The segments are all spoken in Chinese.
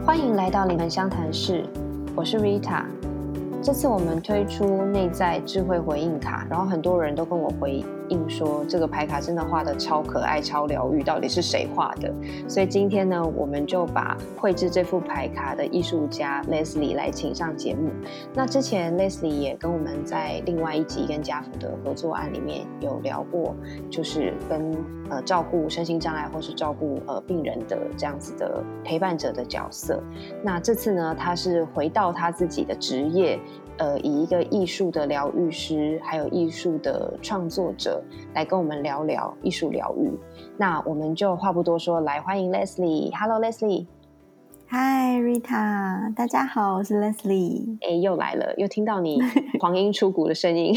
欢迎来到灵魂相谈室，我是 Rita。这次我们推出内在智慧回应卡，然后很多人都跟我回应说这个牌卡真的画得超可爱超疗愈，到底是谁画的？所以今天呢，我们就把绘制这副牌卡的艺术家 Leslie 来请上节目。那之前 Leslie 也跟我们在另外一集跟家福的合作案里面有聊过，就是跟照顾身心障碍或是照顾病人的这样子的陪伴者的角色。那这次呢，他是回到他自己的职业，以一个艺术的疗愈师还有艺术的创作者来跟我们聊聊艺术疗愈。那我们就话不多说，来欢迎 Leslie。Hello Leslie。Hi Rita， 大家好，我是 Leslie。 又来了，又听到你黄莺出谷的声音。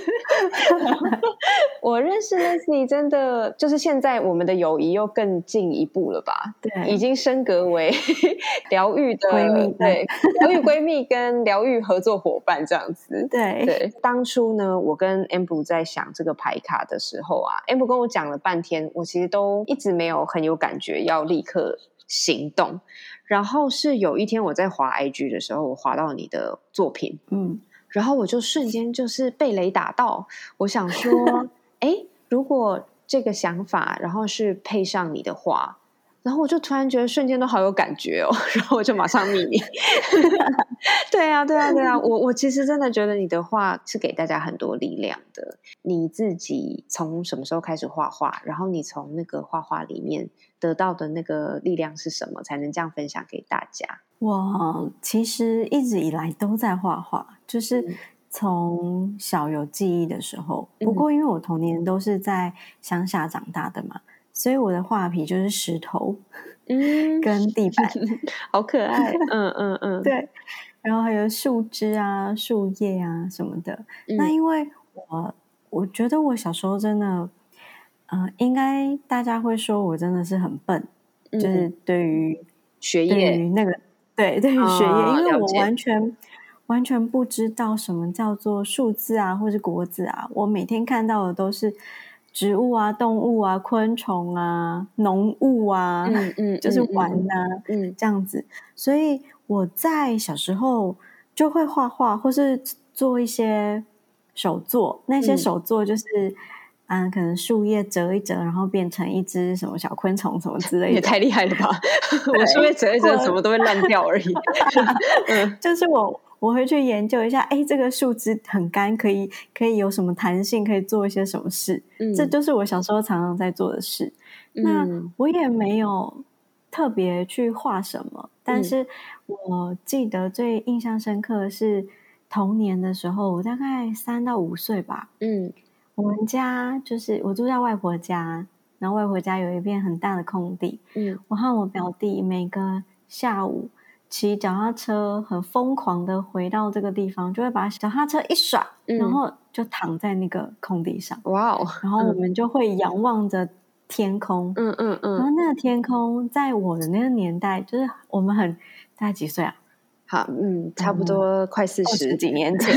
我认识 Leslie 真的就是现在我们的友谊又更进一步了吧？ 对， 已经升格为疗愈的闺蜜， 对，疗愈闺蜜跟疗愈合作伙伴这样子。对，当初呢，我跟 Amber 在想这个牌卡的时候啊 ，Amber 跟我讲了半天，我其实都一直没有很有感觉要立刻行动。然后是有一天我在滑 IG 的时候，我滑到你的作品，然后我就瞬间就是被雷打到，我想说如果这个想法然后是配上你的话，然后我就突然觉得瞬间都好有感觉哦，然后我就马上密你。对啊，我其实真的觉得你的画是给大家很多力量的。你自己从什么时候开始画画，然后你从那个画画里面得到的那个力量是什么，才能这样分享给大家？ 我其实一直以来都在画画，就是从小有记忆的时候，不过因为我童年都是在乡下长大的嘛，所以我的画皮就是石头跟地板。 好可爱。 对，然后还有树枝啊树叶啊什么的。那因为我觉得我小时候真的应该大家会说我真的是很笨，就是对于学业， 对于那个对于学业，因为我完全不知道什么叫做数字啊或是国字啊，我每天看到的都是植物啊动物啊昆虫啊农物啊就是玩啊这样子，所以我在小时候就会画画或是做一些手作，那些手作就是可能树叶折一折，然后变成一只什么小昆虫什么之类的， 也太厉害了吧！我树叶折一折，什么都会烂掉而已。 就是我会去研究一下，这个树枝很干，可以有什么弹性，可以做一些什么事。这就是我小时候常常在做的事。那我也没有特别去画什么，但是我记得最印象深刻的是童年的时候，我大概3到5岁吧。我们家就是我住在外婆家，然后外婆家有一片很大的空地。我和我表弟每个下午骑脚踏车很疯狂的回到这个地方，就会把脚踏车一甩，然后就躺在那个空地上。 哇哦！ 然后我们就会仰望着天空。然后那个天空在我的那个年代，就是我们大概几岁啊？ 好，差不多快40 几年前。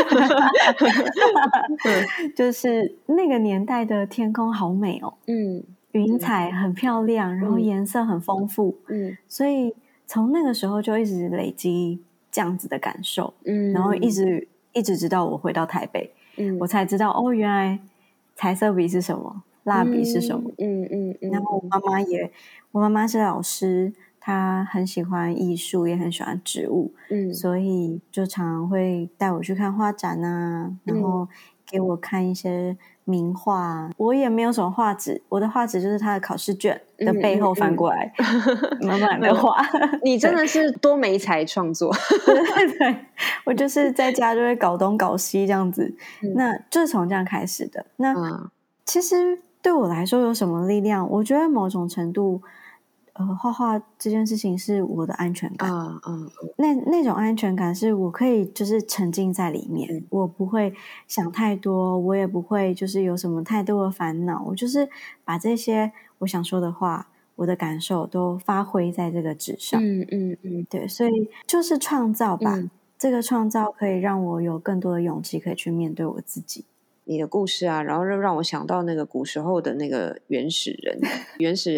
就是那个年代的天空好美哦。云彩很漂亮，然后颜色很丰富。所以从那个时候就一直累积这样子的感受。然后一直直到我回到台北，我才知道原来彩色笔是什么，蜡笔是什么。然后我妈妈是老师，她很喜欢艺术，也很喜欢植物。所以就常常会带我去看画展啊，然后给我看一些名画。我也没有什么画纸，我的画纸就是他的考试卷的背后翻过来满满的画。 你真的是多媒材创作。 对，我就是在家就会搞东搞西这样子。那就是从这样开始的。那其实对我来说有什么力量，我觉得某种程度画画这件事情是我的安全感。那种安全感是我可以就是沉浸在里面，我不会想太多，我也不会就是有什么太多的烦恼，我就是把这些我想说的话，我的感受都发挥在这个纸上。对，所以就是创造吧。这个创造可以让我有更多的勇气可以去面对我自己。 你的故事啊，然后让我想到那个古时候的那个原始人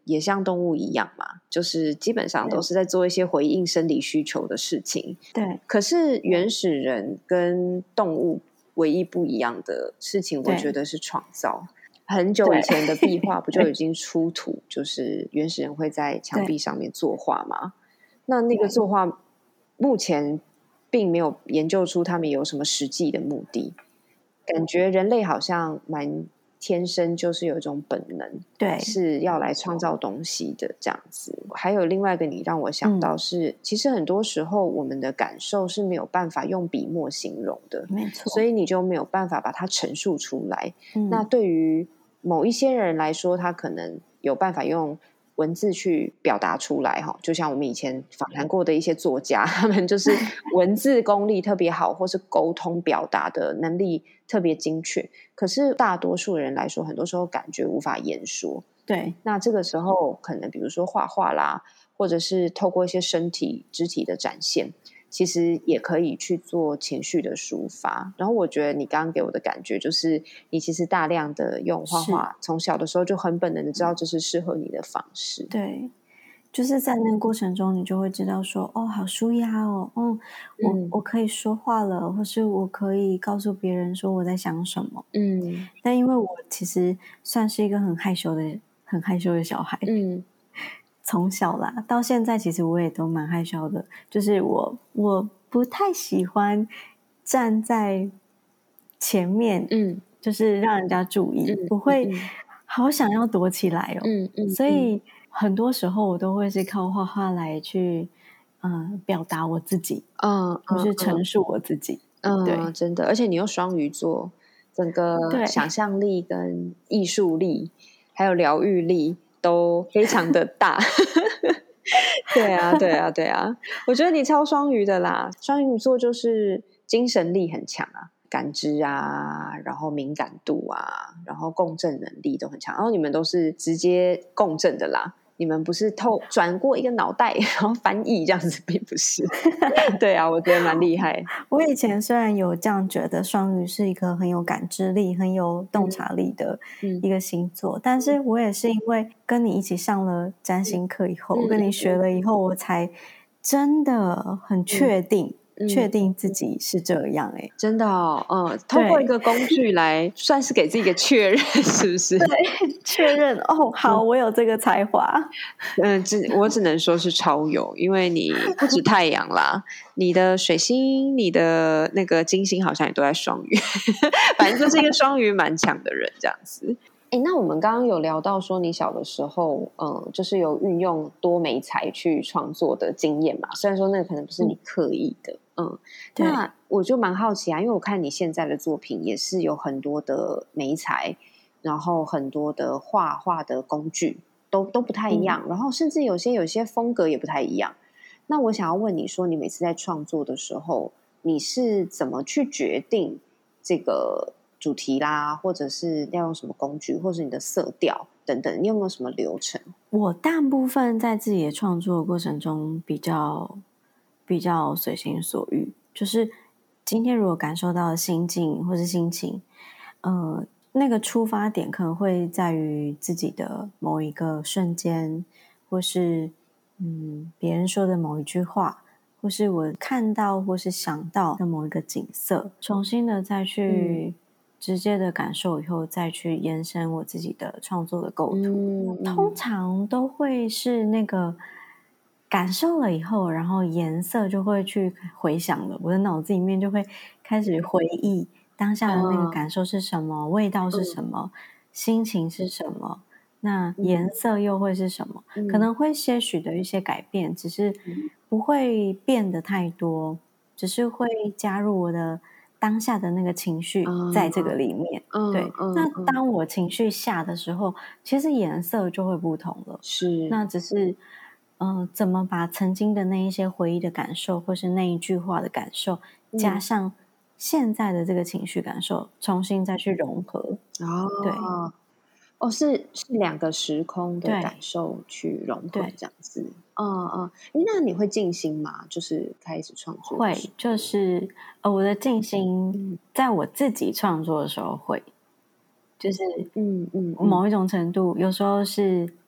也像动物一样嘛，就是基本上都是在做一些回应生理需求的事情。 对。 可是原始人跟动物唯一不一样的事情，我觉得是创造。很久以前的壁画不就已经出土，就是原始人会在墙壁上面作画吗？那个作画目前并没有研究出他们有什么实际的目的，感觉人类好像蛮天生就是有一种本能， 对， 是要来创造东西的这样子。还有另外一个你让我想到是，其实很多时候我们的感受是没有办法用笔墨形容的， 没错， 所以你就没有办法把它陈述出来。那对于某一些人来说，他可能有办法用文字去表达出来，就像我们以前访谈过的一些作家，他们就是文字功力特别好，或是沟通表达的能力特别精确。可是大多数人来说，很多时候感觉无法言说。 对， 那这个时候可能比如说画画啦，或者是透过一些身体肢体的展现，其实也可以去做情绪的抒发。然后我觉得你刚刚给我的感觉就是你其实大量的用画画，从小的时候就很本能的知道这是适合你的方式。 对，就是在那个过程中你就会知道说，哦，好舒压哦，我可以说话了，或是我可以告诉别人说我在想什么。但因为我其实算是一个很害羞的小孩，从小啦到现在其实我也都蛮害羞的，就是我不太喜欢站在前面，就是让人家注意，我会好想要躲起来哦，所以很多时候我都会是靠画画来去表达我自己，或是陈述我自己，对， 真的，而且你又双鱼座，整个想象力跟艺术力还有疗愈力都非常的大。对啊对啊对啊，我觉得你超双鱼的啦，双鱼座就是精神力很强啊，感知啊，然后敏感度啊，然后共振能力都很强，然后你们都是直接共振的啦，你们不是转过一个脑袋然后翻译这样子，并不是。对啊，我觉得蛮厉害。 我以前虽然有这样觉得双鱼是一个很有感知力很有洞察力的一个星座，但是我也是因为跟你一起上了占星课以后，跟你学了以后，我才真的很确定自己是这样。 真的哦，透过一个工具来算是给自己一个确认，是不是？ 对，确认哦，好，我有这个才华。 我只能说是超有，因为你不止太阳啦，你的水星、你的那个金星好像也都在双鱼，反正就是一个双鱼蛮强的人这样子。那我们刚刚有聊到说你小的时候就是有运用多媒材去创作的经验嘛，虽然说那个可能不是你刻意的那我就蛮好奇啊，因为我看你现在的作品也是有很多的媒材，然后很多的画画的工具都不太一样，然后甚至有些风格也不太一样。那我想要问你说，你每次在创作的时候，你是怎么去决定这个主题啦，或者是要用什么工具，或者是你的色调等等，你有没有什么流程？ 我大部分在自己的创作过程中比较随心所欲，就是今天如果感受到的心境或是心情，那个出发点可能会在于自己的某一个瞬间，或是别人说的某一句话，或是我看到或是想到的某一个景色，重新的再去直接的感受以后，再去延伸我自己的创作的构图。通常都会是那个感受了以后，然后颜色就会去回想了，我的脑子里面就会开始回忆当下的那个感受是什么，味道是什么，心情是什么，那颜色又会是什么，可能会些许的一些改变，只是不会变得太多，只是会加入我的当下的那个情绪在这个里面。对，那当我情绪下的时候，其实颜色就会不同了。 是， 那只是怎么把曾经的那一些回忆的感受，或是那一句话的感受，加上现在的这个情绪感受，重新再去融合。对， 是两个时空的感受去融合这样子。那你会静心吗？就是开始创作会，就是我的静心，在我自己创作的时候会，就是某一种程度，有时候是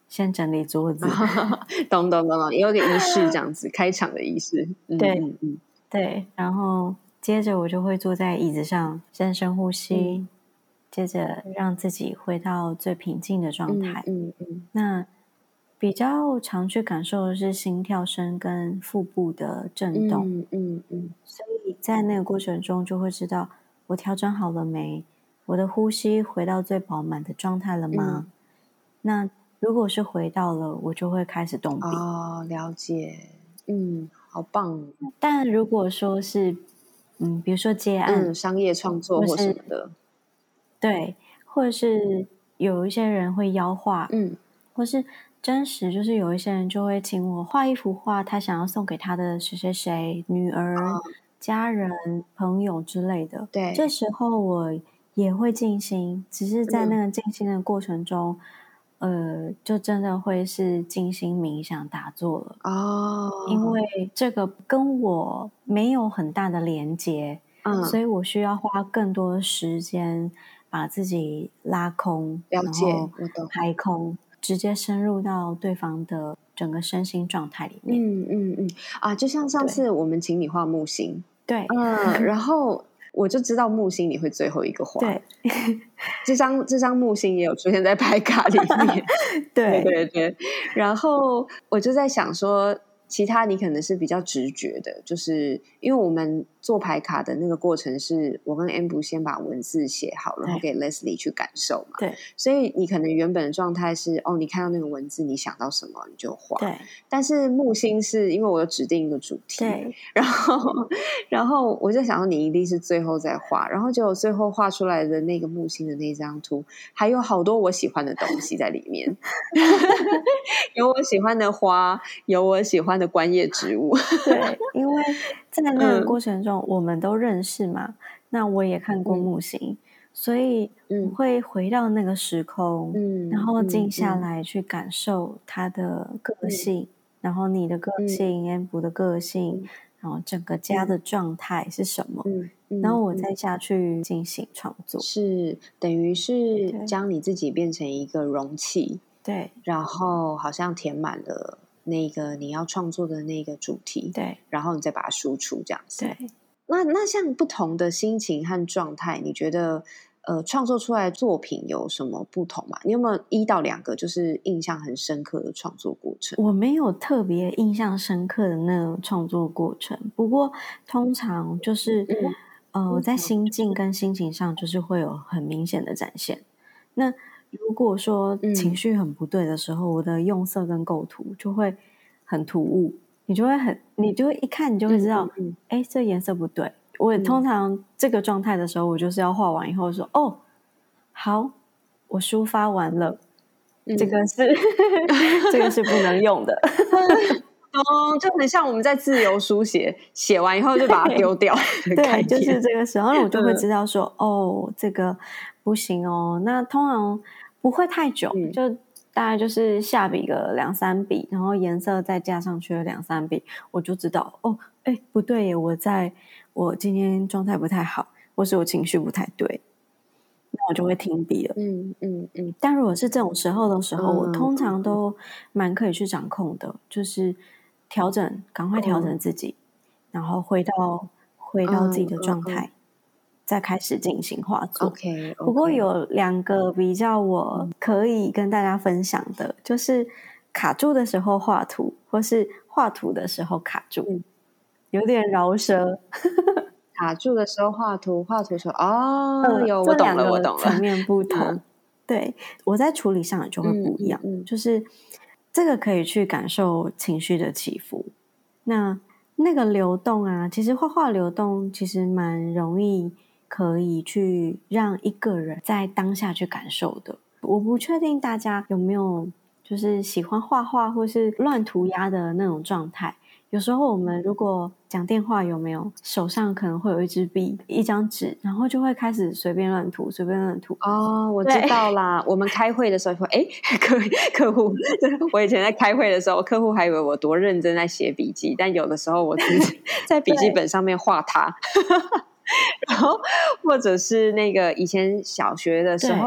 先整理桌子。 懂，也有个仪式这样子，开场的仪式。 对，对，然后接着我就会坐在椅子上，先深呼吸，接着让自己回到最平静的状态。那比较常去感受的是心跳声跟腹部的震动。所以在那个过程中就会知道我调整好了没，我的呼吸回到最饱满的状态了吗？那如果是回到了，我就会开始动笔。 了解。好棒。 但如果说是比如说接案， 商业创作或什么的， 对，或者是有一些人会邀画，或是真实，就是有一些人就会请我画一幅画，他想要送给他的谁谁谁、女儿、家人、朋友之类的。 对， 这时候我也会静心，只是在那个静心的过程中，就真的会是静心冥想打坐了。因为这个跟我没有很大的连结，所以我需要花更多的时间把自己拉空， 了解， 然后排空，直接深入到对方的整个身心状态里面。 就像上次我们请你画木星， 对， 然后我就知道木星你会最后一个画， 对， 这张木星也有出现在牌卡里面，对，然后我就在想说，其他你可能是比较直觉的，就是因为我们做牌卡的那个过程是我跟 Amber 先把文字写好，然后给 Leslie 去感受嘛， 对， 所以你可能原本的状态是你看到那个文字，你想到什么你就画， 对， 但是木星是因为我有指定一个主题， 对， 然后我就想说你一定是最后再画，然后结果最后画出来的那个木星的那张图还有好多我喜欢的东西在里面有我喜欢的花，有我喜欢的观叶植物对，因为在那个过程中我们都认识嘛，那我也看过木星，所以我会回到那个时空，然后静下来去感受他的个性，然后你的个性，Amber 的个性，然后整个家的状态是什么，然后我再下去进行创作， 是等于是将你自己变成一个容器， 对， 然后好像填满了那个你要创作的那个主题， 对， 然后你再把它输出这样子。 对， 那像不同的心情和状态，你觉得创作出来的作品有什么不同吗？你有没有1到2个就是印象很深刻的创作过程？ 我没有特别印象深刻的那种创作过程，不过通常就是我在心境跟心情上就是会有很明显的展现。那如果说情绪很不对的时候，我的用色跟构图就会很突兀，你就会一看你就会知道，这颜色不对。我通常这个状态的时候，我就是要画完以后说，好，我抒发完了，这个是这个是不能用的。 就很像我们在自由书写完以后就把它丢掉对，就是这个时候我就会知道说这个不行哦。那通常不会太久，就大概就是下笔个2-3笔，然后颜色再加上去了2-3笔，我就知道不对耶，我今天状态不太好，或是我情绪不太对，那我就会停笔了。但如果是这种时候的时候，我通常都蛮可以去掌控的，就是赶快调整自己，然后回到自己的状态，再开始进行画作。不过有2个比较我可以跟大家分享的，就是卡住的时候画图，或是画图的时候卡住，有点饶舌。 卡住的时候画图的时候我懂了， 层面不同。对，我在处理上就会不一样，就是这个可以去感受情绪的起伏。那个流动啊，其实画画流动其实蛮容易可以去让一个人在当下去感受的。我不确定大家有没有就是喜欢画画或是乱涂鸦的那种状态。有时候我们如果讲电话，有没有手上可能会有一支笔、一张纸，然后就会开始随便乱涂。 我知道啦。我们开会的时候会客户，我以前在开会的时候，客户还以为我多认真在写笔记，但有的时候我只是在笔记本上面画它。然后或者是那个以前小学的时候，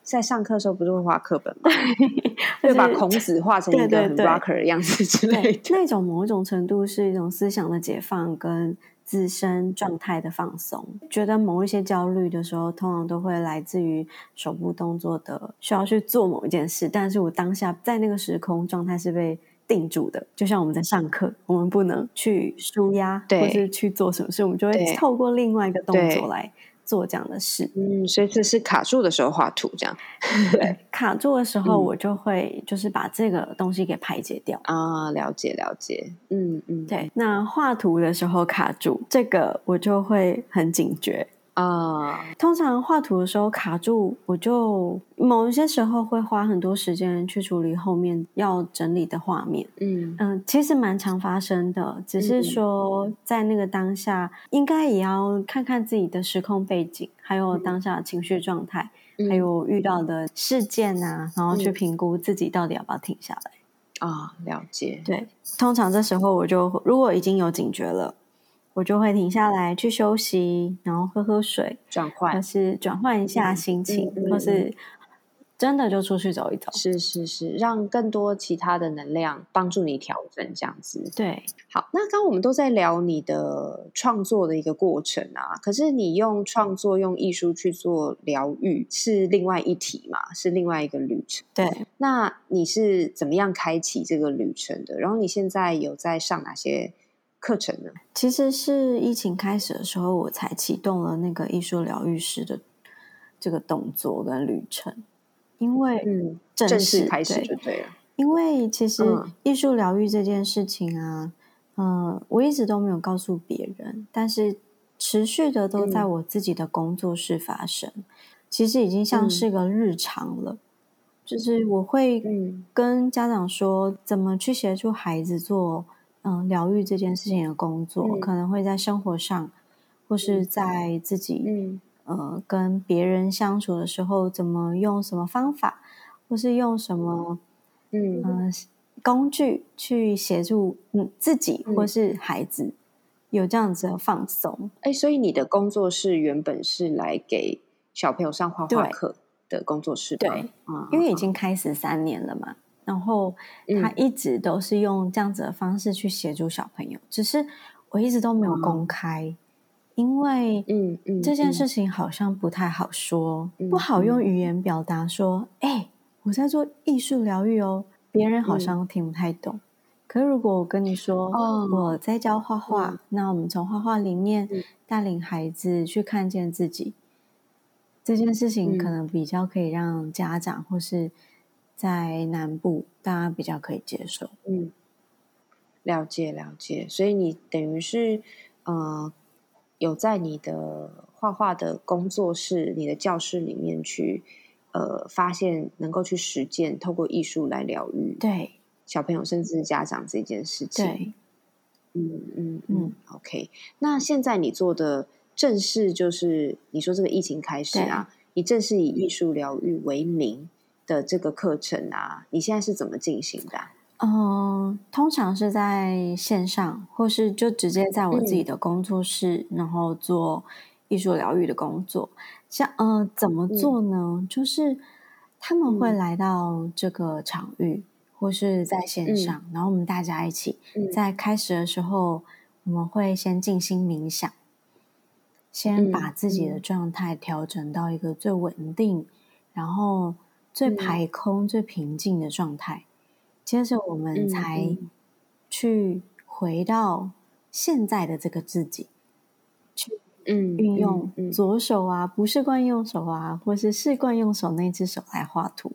在上课的时候不是会画课本吗？会把孔子画成一个很 rocker 的样子之类的。 那种某一种程度是一种思想的解放跟自身状态的放松。觉得某一些焦虑的时候，通常都会来自于手部动作的需要去做某一件事，但是我当下在那个时空状态是被定住的。就像我们在上课，我们不能去抒压或是去做什么事，我们就会透过另外一个动作来做这样的事。 所以这是卡住的时候画图这样。 对，卡住的时候我就会就是把这个东西给排解掉。 了解了解。 对，那画图的时候卡住，这个我就会很警觉。通常画图的时候卡住，我就某一些时候会花很多时间去处理后面要整理的画面。其实蛮常发生的，只是说在那个当下应该也要看看自己的时空背景，还有当下的情绪状态，还有遇到的事件啊，然后去评估自己到底要不要停下来。 了解。 对，通常这时候我就如果已经有警觉了，我就会停下来去休息，然后喝喝水， 转换， 或是转换一下心情，或是真的就出去走一走。 是，让更多其他的能量帮助你调整这样子。 对， 好，那刚刚我们都在聊你的创作的一个过程啊，可是你用创作用艺术去做疗愈是另外一体嘛，是另外一个旅程。 对， 那你是怎么样开启这个旅程的？然后你现在有在上哪些课程呢？ 其实是疫情开始的时候，我才启动了那个艺术疗愈师的这个动作跟旅程。因为正式开始就对了。 因为其实艺术疗愈这件事情啊，我一直都没有告诉别人，但是持续的都在我自己的工作室发生。其实已经像是个日常了。就是我会跟家长说怎么去协助孩子做疗愈这件事情的工作，可能会在生活上或是在自己跟别人相处的时候怎么用什么方法或是用什么工具去协助自己或是孩子有这样子的放松。 所以你的工作室原本是来给小朋友上画画课的工作室吗？ 对，因为已经开始3年了嘛，然后他一直都是用这样子的方式去协助小朋友，只是我一直都没有公开，因为这件事情好像不太好说，不好用语言表达说我在做艺术疗愈哦，别人好像听不太懂。可是如果我跟你说我在教画画，那我们从画画里面带领孩子去看见自己，这件事情可能比较可以让家长或是在南部大家比较可以接受。 了解。所以你等于是有在你的画画的工作室、你的教室里面去发现能够去实践，透过艺术来疗愈对小朋友甚至家长这件事情。 对 OK。那现在你做的正式就是你说这个疫情开始啊，你正式以艺术疗愈为名的这个课程啊，你现在是怎么进行的通常是在线上，或是就直接在我自己的工作室然后做艺术疗愈的工作。像怎么做呢？就是他们会来到这个场域或是在线上，然后我们大家一起在开始的时候我们会先静心冥想，先把自己的状态调整到一个最稳定然后最排空最平静的状态，接着我们才去回到现在的这个自己，去运用左手啊不是惯用手啊或是是惯用手那只手来画图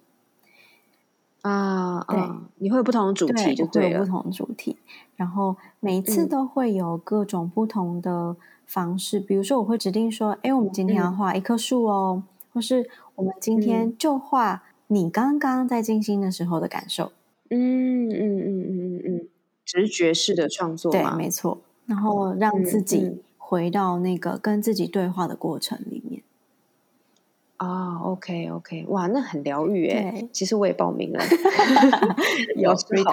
对， 你会有不同的主题就对了， 会有不同的主题，然后每一次都会有各种不同的方式。比如说我会指定说我们今天要画一棵树哦，或是我们今天就画你刚刚在静心的时候的感受。 直觉式的创作嘛， 对，没错。然后让自己回到那个跟自己对话的过程里面。 OK， 哇，那很疗愈耶。其实我也报名了， 有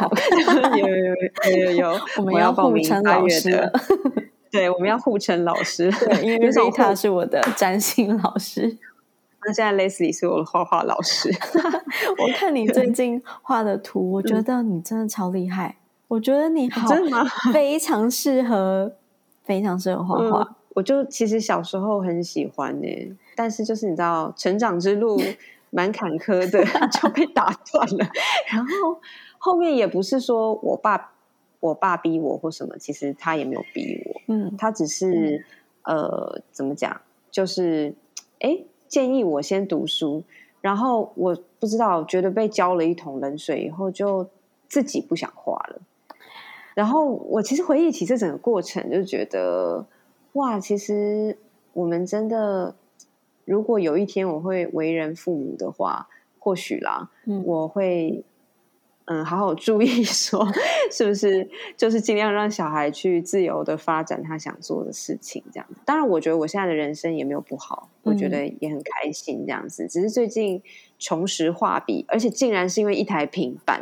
我们要互称老师了。 对，我们要互称老师， 对，因为 Rita 是我的占星老师。 那现在 Leslie 是我的画画老师。 我看你最近画的图，我觉得你真的超厉害。我觉得你好， 真的吗？ 非常适合画画。 我就其实小时候很喜欢耶，但是就是你知道，成长之路蛮坎坷的，就被打断了。然后后面也不是说我爸逼我或什么，其实他也没有逼我，他只是怎么讲，就是建议我先读书，然后我不知道，觉得被浇了一桶冷水以后，就自己不想画了。然后我其实回忆起这整个过程，就觉得哇，其实我们真的，如果有一天我会为人父母的话，或许啦，我会好好注意说，是不是就是尽量让小孩去自由的发展他想做的事情，这样子。当然，我觉得我现在的人生也没有不好，我觉得也很开心这样子。只是最近重拾画笔，而且竟然是因为一台平板。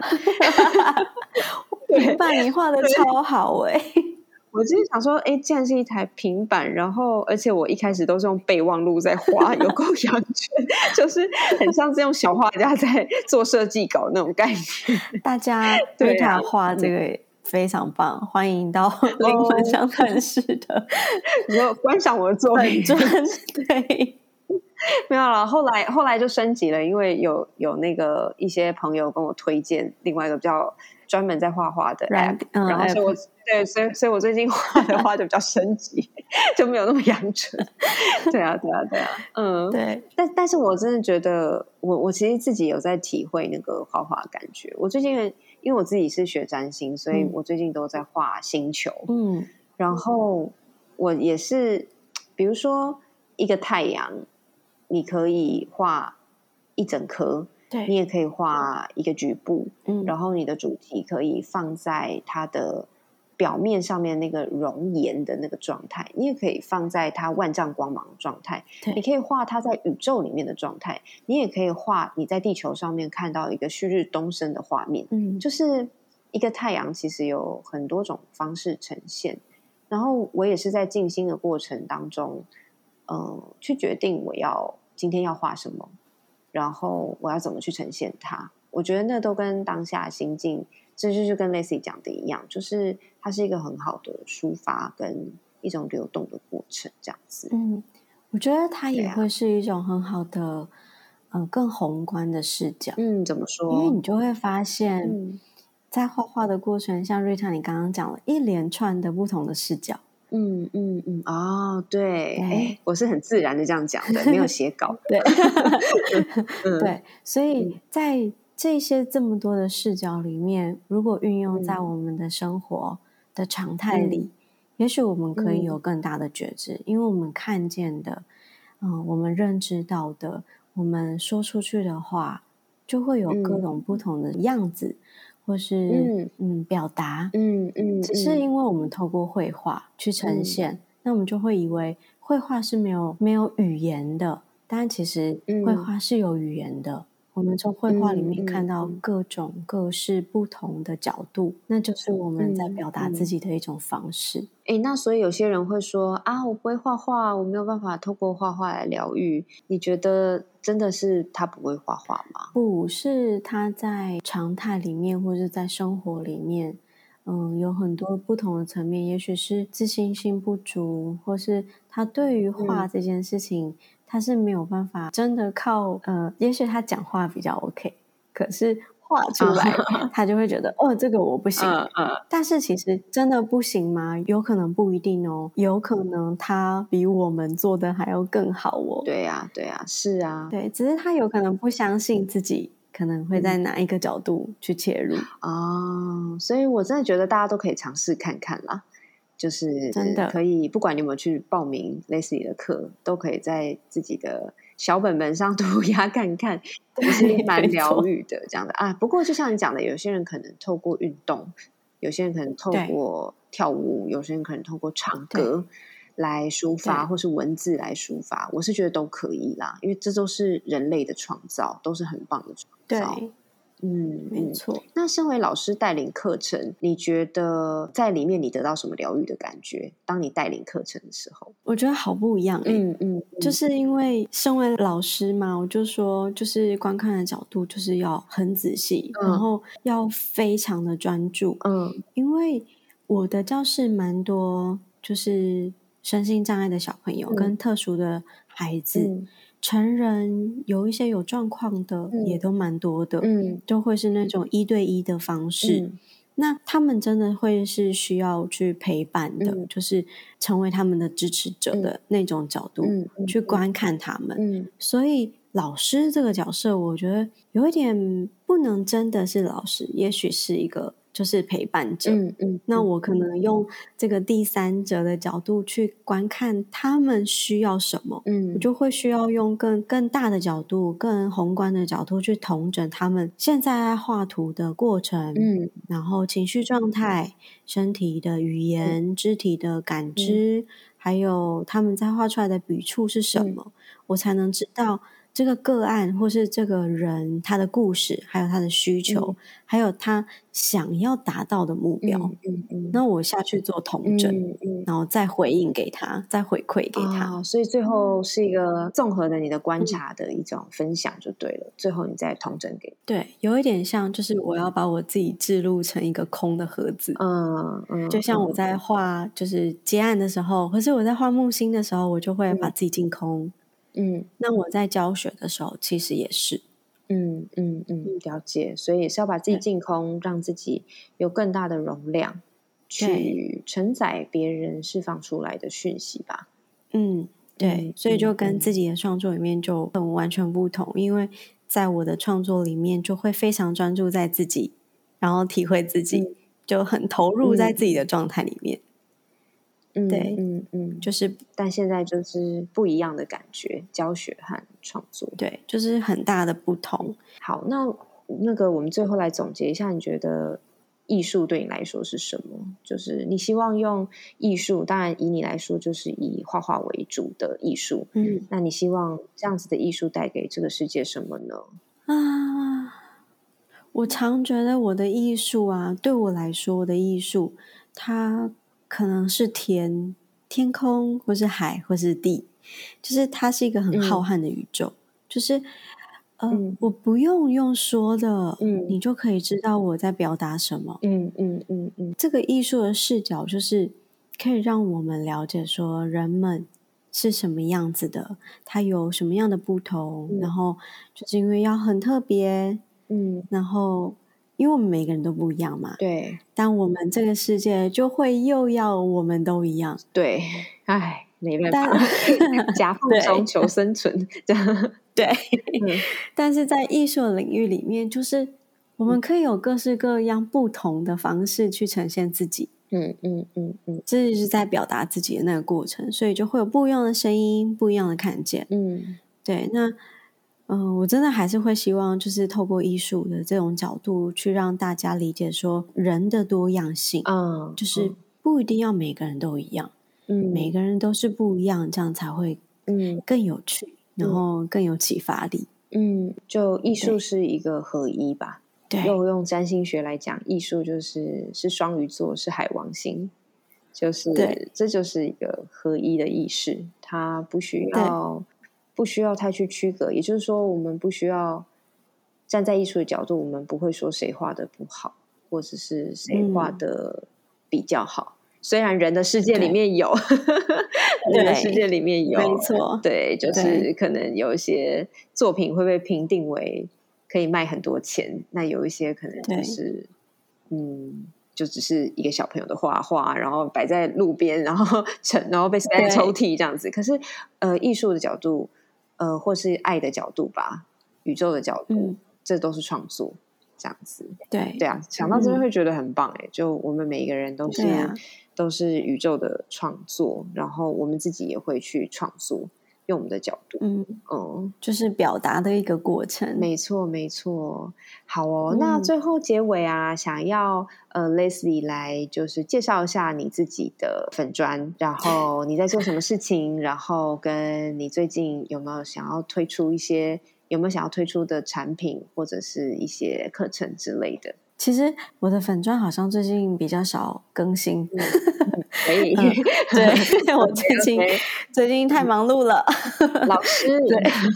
平板你画的超好我之前想说，既然是一台平板，然后而且我一开始都是用备忘录在画，有够阳春，就是很像是用小画家在做设计稿那种概念。 大家对他画这个非常棒，欢迎到灵魂相谈室的， 你说观赏我的作品， 对。 没有了，后来就升级了，因为有那个一些朋友跟我推荐另外一个比较专门在画画的 app，然后所以我最近画的画就比较升级，就没有那么阳春。对啊， 对。 但是我真的觉得，我其实自己有在体会那个画画的感觉。我最近因为我自己是学占星，所以我最近都在画星球。然后我也是，比如说一个太阳。你可以画一整颗，你也可以画一个局部，然后你的主题可以放在它的表面上面那个熔岩的那个状态，你也可以放在它万丈光芒的状态，你可以画它在宇宙里面的状态，你也可以画你在地球上面看到一个旭日东升的画面，就是一个太阳其实有很多种方式呈现。然后我也是在静心的过程当中去决定我今天要画什么，然后我要怎么去呈现它。我觉得那都跟当下心境，这就是跟 Leslie 讲的一样，就是它是一个很好的抒发跟一种流动的过程，这样子。 我觉得它也会是一种很好的更宏观的视角。 怎么说？ 因为你就会发现在画画的过程，像瑞塔你刚刚讲了一连串的不同的视角。 对，我是很自然的这样讲的，没有写稿。 对，对，所以在这么多的视角里面，如果运用在我们的生活的常态里，也许我们可以有更大的觉知，因为我们看见的，我们认知到的，我们说出去的话，就会有各种不同的样子。或是表达，只是因为我们透过绘画去呈现，那我们就会以为绘画是没有语言的，但其实绘画是有语言的。我们从绘画里面看到各种各式不同的角度，那就是我们在表达自己的一种方式。 那所以有些人会说啊，我不会画画，我没有办法透过画画来疗愈。你觉得真的是他不会画画吗？ 不是，他在常态里面或者在生活里面有很多不同的层面，也许是自信心不足，或是他对于画这件事情他是没有办法真的靠也许他讲话比较 OK， 可是画出来他就会觉得这个我不行。但是其实真的不行吗？有可能不一定哦，有可能他比我们做的还要更好哦。 对啊，是啊， 对，只是他有可能不相信自己可能会在哪一个角度去切入。 所以我真的觉得大家都可以尝试看看啦，就是真的可以，不管你有没有去报名Leslie的课，都可以在自己的小本本上涂鸦看看，也是蛮疗愈的这样的啊。不过就像你讲的，有些人可能透过运动，有些人可能透过跳舞，有些人可能透过唱歌来抒发，或是文字来抒发，我是觉得都可以啦，因为这都是人类的创造，都是很棒的创造。 没错。 那身为老师带领课程，你觉得在里面你得到什么疗愈的感觉？当你带领课程的时候， 我觉得好不一样就是因为身为老师嘛，我就说就是观看的角度就是要很仔细，然后要非常的专注，因为我的教室蛮多就是身心障碍的小朋友跟特殊的孩子，成人有一些有状况的也都蛮多的，都会是那种1对1的方式，那他们真的会是需要去陪伴的，就是成为他们的支持者的那种角度去观看他们，所以老师这个角色我觉得有一点不能真的是老师，也许是一个就是陪伴者，那我可能用这个第三者的角度去观看他们需要什么，我就会需要用更大的角度、更宏观的角度去统整他们现在在画图的过程，然后情绪状态、身体的语言、肢体的感知，还有他们在画出来的笔触是什么，我才能知道这个个案或是这个人他的故事，还有他的需求，还有他想要达到的目标，那我下去做统整，然后再回应给他，再回馈给他， 所以最后是一个综合的你的观察的一种分享就对了，最后你再统整给。 对，有一点像就是我要把我自己置入成一个空的盒子，就像我在画就是接案的时候，或是我在画木星的时候，我就会把自己净空，那我在教学的时候其实也是了解，所以也是要把自己净空，让自己有更大的容量去承载别人释放出来的讯息吧。 对，所以就跟自己的创作里面就很完全不同，因为在我的创作里面就会非常专注在自己，然后体会自己，就很投入在自己的状态里面。对，就是， 但现在就是不一样的感觉，教学和创作， 对，就是很大的不同。 好，那个我们最后来总结一下，你觉得艺术对你来说是什么？就是你希望用艺术，当然以你来说就是以画画为主的艺术，那你希望这样子的艺术带给这个世界什么呢？ 我常觉得我的艺术啊，对我来说，我的艺术它可能是天空，或是海，或是地，就是它是一个很浩瀚的宇宙，就是我不用说的，你就可以知道我在表达什么。这个艺术的视角就是可以让我们了解说人们是什么样子的，它有什么样的不同，然后就是因为要很特别，然后因为我们每个人都不一样嘛， 对， 但我们这个世界就会又要我们都一样， 对，哎，没办法，夹缝中求生存，这样对，但是在艺术领域里面，就是我们可以有各式各样不同的方式去呈现自己，这就是在表达自己的那个过程，所以就会有不一样的声音，不一样的看见，对，那我真的还是会希望就是透过艺术的这种角度去让大家理解说人的多样性，就是不一定要每个人都一样，每个人都是不一样，这样才会更有趣，然后更有启发力。 就艺术是一个合一吧。 对， 又用占星学来讲，艺术是双鱼座，是海王星，就是这就是一个合一的意识，它不需要太去区隔，也就是说，我们不需要站在艺术的角度，我们不会说谁画的不好，或者是谁画的比较好。虽然人的世界里面有，人的世界里面有， 没错， 对，就是可能有一些作品会被评定为可以卖很多钱，那有一些可能就是就只是一个小朋友的画画，然后摆在路边，然后被塞在抽屉这样子。可是艺术的角度，或是爱的角度吧，宇宙的角度，这都是创作这样子。对啊，想到这边会觉得很棒就我们每一个人都是宇宙的创作，然后我们自己也会去创作，用我们的角度， 就是表达的一个过程。 没错，没错。好哦，那最后结尾啊，想要Leslie 来就是介绍一下你自己的粉专，然后你在做什么事情，然后跟你最近有没有想要推出一些有没有想要推出的产品或者是一些课程之类的？ 其实我的粉专好像最近比较少更新， 可以， 对，我最近太忙碌了， 老师， 对，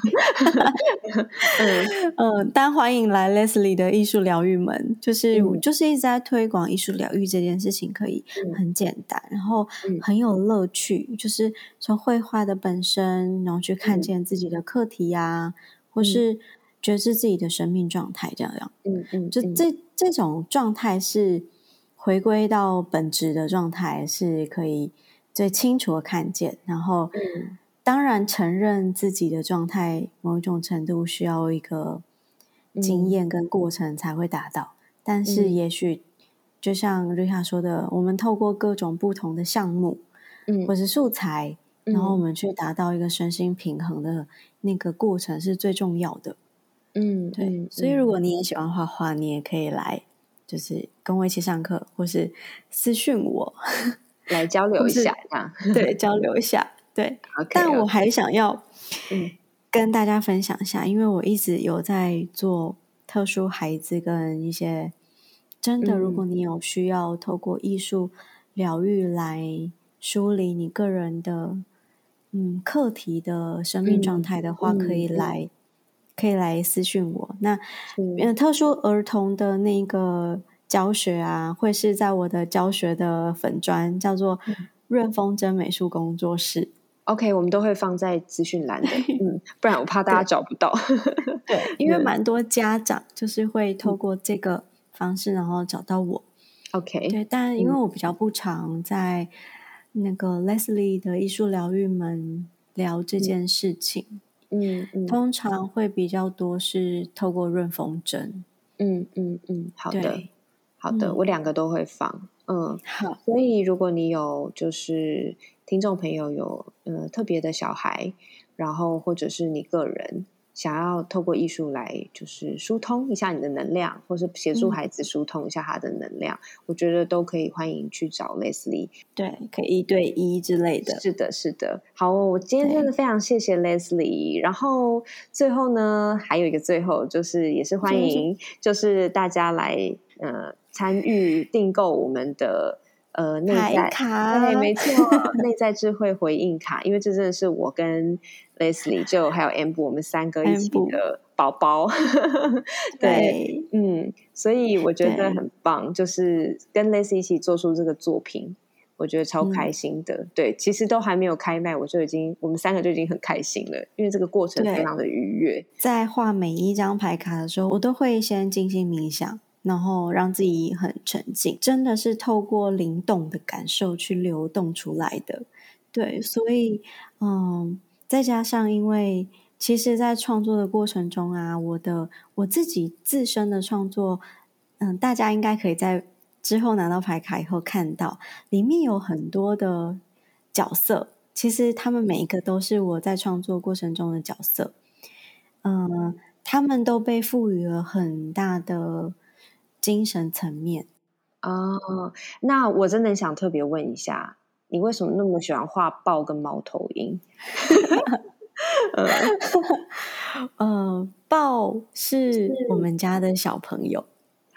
但欢迎来 Leslie 的艺术疗愈门，就是一直在推广艺术疗愈这件事情，可以很简单，然后很有乐趣，就是从绘画的本身，然后去看见自己的课题啊，或是觉知自己的生命状态，这样，就这种状态是回归到本质的状态，是可以最清楚的看见，然后当然承认自己的状态某一种程度需要一个经验跟过程才会达到，但是也许就像瑞夏说的，我们透过各种不同的项目或是素材，然后我们去达到一个身心平衡的那个过程是最重要的。对，所以如果你也喜欢画画，你也可以来，就是跟我一起上课，或是私讯我来交流一下， 对，交流一下，对。但我还想要跟大家分享一下，因为我一直有在做特殊孩子跟一些真的，如果你有需要透过艺术疗愈来梳理你个人的课题的生命状态的话，可以来私讯我。那特殊儿童的那个教学啊，会是在我的教学的粉专，叫做润风筝美术工作室。 OK， 我们都会放在资讯栏的，不然我怕大家找不到。 对，因为蛮多家长就是会透过这个方式，然后找到我。 OK， 对，但因为我比较不常在那个 Leslie 的艺术疗愈门聊这件事情。通常会比较多是透过润风筝。 好的，我2个都会放。 好。 所以如果你有就是听众朋友有特别的小孩，然后或者是你个人想要透过艺术来就是疏通一下你的能量，或是协助孩子疏通一下他的能量，我觉得都可以欢迎去找 Leslie。 对，可以1对1之类的。 是的。好，我今天真的非常谢谢 Leslie。然后最后呢，还有一个最后就是也是欢迎就是大家来参与订购我们的内在卡， 对，没错，内在智慧回应卡，因为这真的是我跟 Leslie 就还有 Amber 我们3个一起的宝宝。对，所以我觉得很棒，就是跟 Leslie 一起做出这个作品，我觉得超开心的。对，其实都还没有开卖，我们3个就已经很开心了，因为这个过程非常的愉悦。 在画每一张牌卡的时候，我都会先静心冥想，然后让自己很沉静，真的是透过灵动的感受去流动出来的。对，所以再加上因为其实在创作的过程中啊，我自己自身的创作大家应该可以在之后拿到牌卡以后看到里面有很多的角色，其实他们每一个都是我在创作过程中的角色。他们都被赋予了很大的精神层面。 那我真的想特别问一下，你为什么那么喜欢画豹跟猫头鹰？ 豹是我们家的小朋友。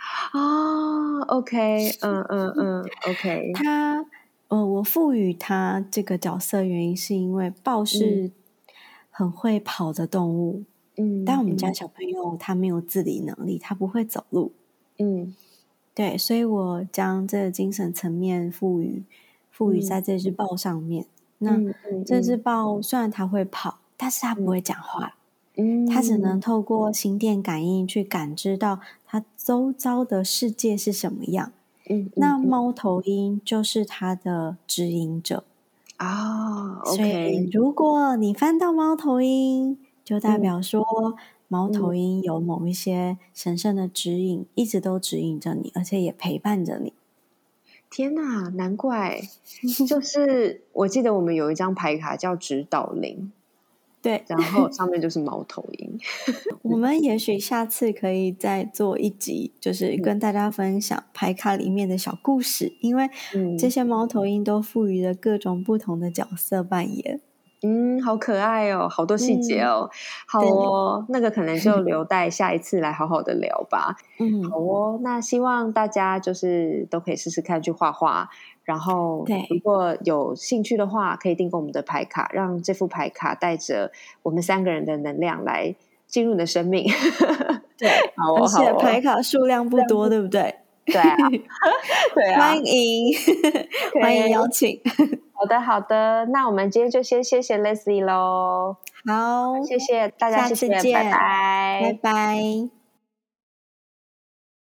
OK， OK。 我赋予他这个角色原因是因为豹是很会跑的动物，但我们家小朋友他没有自理能力，他不会走路。对，所以我将这个精神层面赋予在这只豹上面。那这只豹虽然它会跑，但是它不会讲话。它只能透过心电感应去感知到它周遭的世界是什么样。那猫头鹰就是它的指引者。 OK。 所以如果你翻到猫头鹰，就代表说猫头鹰有某一些神圣的指引，一直都指引着你，而且也陪伴着你。 天哪，难怪！就是我记得我们有一张牌卡叫指导灵。 对， 然后上面就是猫头鹰。 我们也许下次可以再做一集，就是跟大家分享牌卡里面的小故事，因为这些猫头鹰都赋予了各种不同的角色扮演。 好可爱哦，好多细节哦。好哦，那个可能就留待下一次来好好的聊吧。好哦，那希望大家就是都可以试试看去画画，然后如果有兴趣的话，可以订购我们的牌卡，让这副牌卡带着我们3个人的能量来进入你的生命。 对，而且牌卡数量不多，对不对？ 对啊，对啊， 欢迎欢迎邀请。 好的好的，那我们今天就先谢谢 Leslie 咯。 好， 谢谢大家， 下次见， 拜拜， 拜拜。